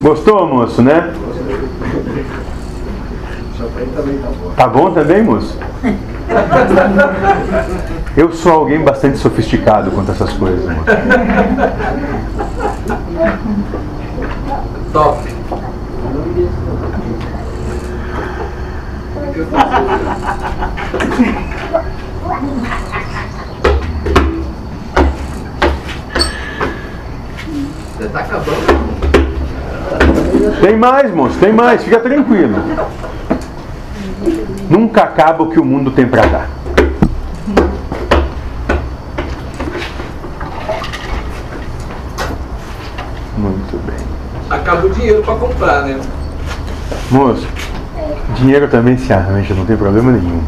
Gostou, moço, né? Tá bom também, moço? Eu sou alguém bastante sofisticado quanto a essas coisas, moço. Top. Você tá acabando. Tem mais, moço, tem mais, fica tranquilo. Nunca acaba o que o mundo tem pra dar. Muito bem. Acaba o dinheiro pra comprar, né? Moço, dinheiro também se arranja, não tem problema nenhum.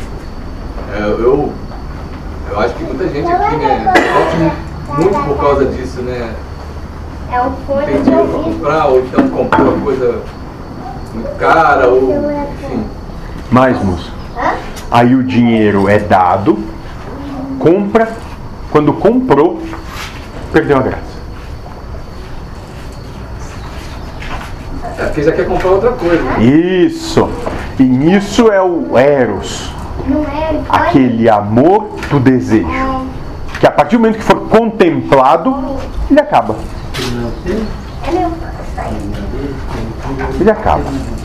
Eu acho que muita gente aqui, né, sofre muito por causa disso, né? Não tem dinheiro pra comprar, ou então comprou uma coisa muito cara, ou enfim. Mais, moço. Aí o dinheiro é dado, compra, quando comprou, perdeu a graça. É porque já quer comprar outra coisa, né? Isso! E nisso é o Eros, aquele amor do desejo, que a partir do momento que for contemplado, ele acaba. Ele acaba.